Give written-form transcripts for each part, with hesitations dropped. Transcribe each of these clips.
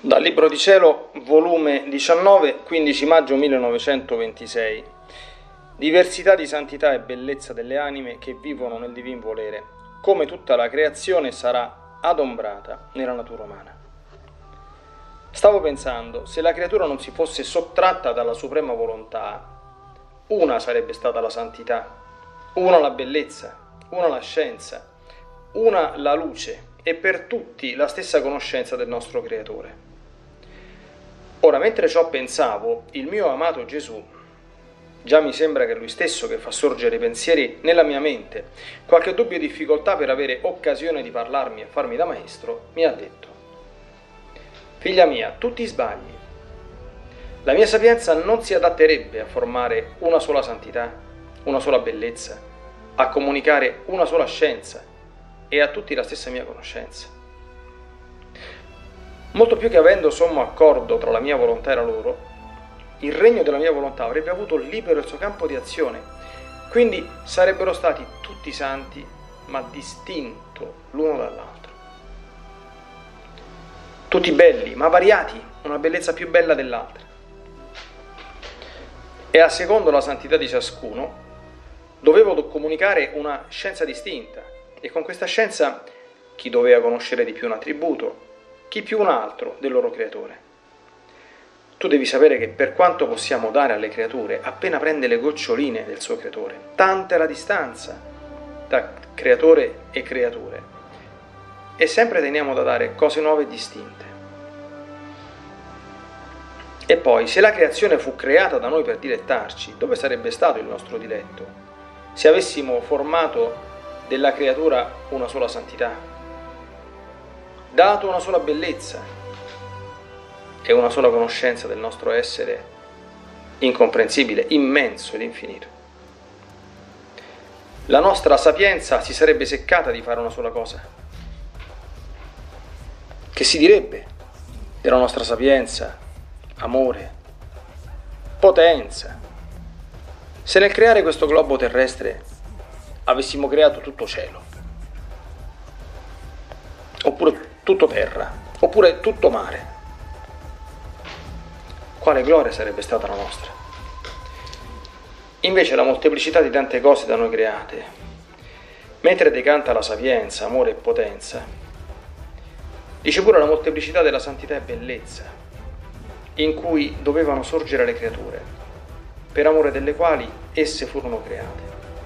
Dal Libro di Cielo, volume 19, 15 maggio 1926. Diversità di santità e bellezza delle anime che vivono nel divin volere, come tutta la creazione sarà adombrata nella natura umana. Stavo pensando, se la creatura non si fosse sottratta dalla suprema volontà, una sarebbe stata la santità, una la bellezza, una la scienza, una la luce e per tutti la stessa conoscenza del nostro Creatore. Ora, mentre ciò pensavo, il mio amato Gesù, già mi sembra che è lui stesso che fa sorgere i pensieri nella mia mente, qualche dubbio e difficoltà per avere occasione di parlarmi e farmi da maestro, mi ha detto: figlia mia, tu ti sbagli. La mia sapienza non si adatterebbe a formare una sola santità, una sola bellezza, a comunicare una sola scienza e a tutti la stessa mia conoscenza. Molto più che avendo sommo accordo tra la mia volontà e la loro, il regno della mia volontà avrebbe avuto libero il suo campo di azione, quindi sarebbero stati tutti santi, ma distinto l'uno dall'altro. Tutti belli, ma variati, una bellezza più bella dell'altra. E a secondo la santità di ciascuno, dovevo comunicare una scienza distinta, e con questa scienza chi doveva conoscere di più un attributo, chi più un altro del loro creatore. Tu devi sapere che per quanto possiamo dare alle creature, appena prende le goccioline del suo creatore, tanta è la distanza tra creatore e creature, e sempre teniamo da dare cose nuove e distinte. E poi, se la creazione fu creata da noi per dilettarci, dove sarebbe stato il nostro diletto se avessimo formato della creatura una sola santità, dato una sola bellezza e una sola conoscenza del nostro essere incomprensibile, immenso ed infinito? La nostra sapienza si sarebbe seccata di fare una sola cosa. Che si direbbe della nostra sapienza, amore, potenza, se nel creare questo globo terrestre avessimo creato tutto cielo, oppure tutto terra, oppure tutto mare? Quale gloria sarebbe stata la nostra? Invece la molteplicità di tante cose da noi create, mentre decanta la sapienza, amore e potenza, dice pure la molteplicità della santità e bellezza, in cui dovevano sorgere le creature, per amore delle quali esse furono create.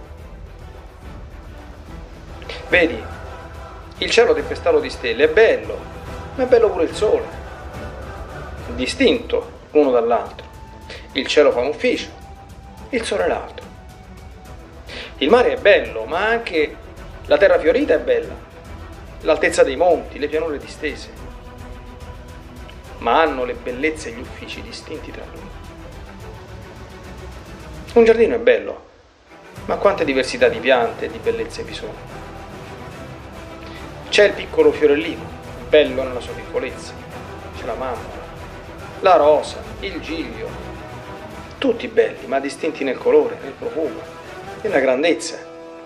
Vedi, il cielo tempestato di stelle è bello, ma è bello pure il sole, distinto l'uno dall'altro. Il cielo fa un ufficio, il sole l'altro. Il mare è bello, ma anche la terra fiorita è bella, l'altezza dei monti, le pianure distese, ma hanno le bellezze e gli uffici distinti tra loro. Un giardino è bello, ma quante diversità di piante e di bellezze vi sono. C'è il piccolo fiorellino, bello nella sua piccolezza, c'è la mammola, la rosa, il giglio, tutti belli, ma distinti nel colore, nel profumo, nella grandezza.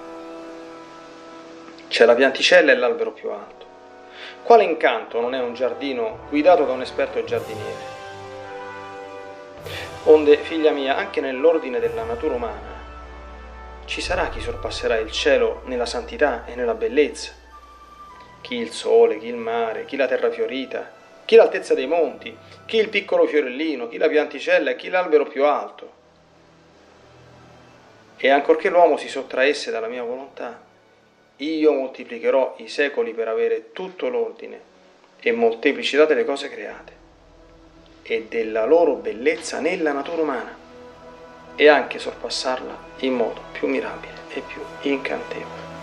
C'è la pianticella e l'albero più alto. Quale incanto non è un giardino guidato da un esperto giardiniere? Onde, figlia mia, anche nell'ordine della natura umana ci sarà chi sorpasserà il cielo nella santità e nella bellezza. Chi il sole, chi il mare, chi la terra fiorita, chi l'altezza dei monti, chi il piccolo fiorellino, chi la pianticella e chi l'albero più alto. E ancorché l'uomo si sottraesse dalla mia volontà, io moltiplicherò i secoli per avere tutto l'ordine e molteplicità delle cose create e della loro bellezza nella natura umana, e anche sorpassarla in modo più mirabile e più incantevole.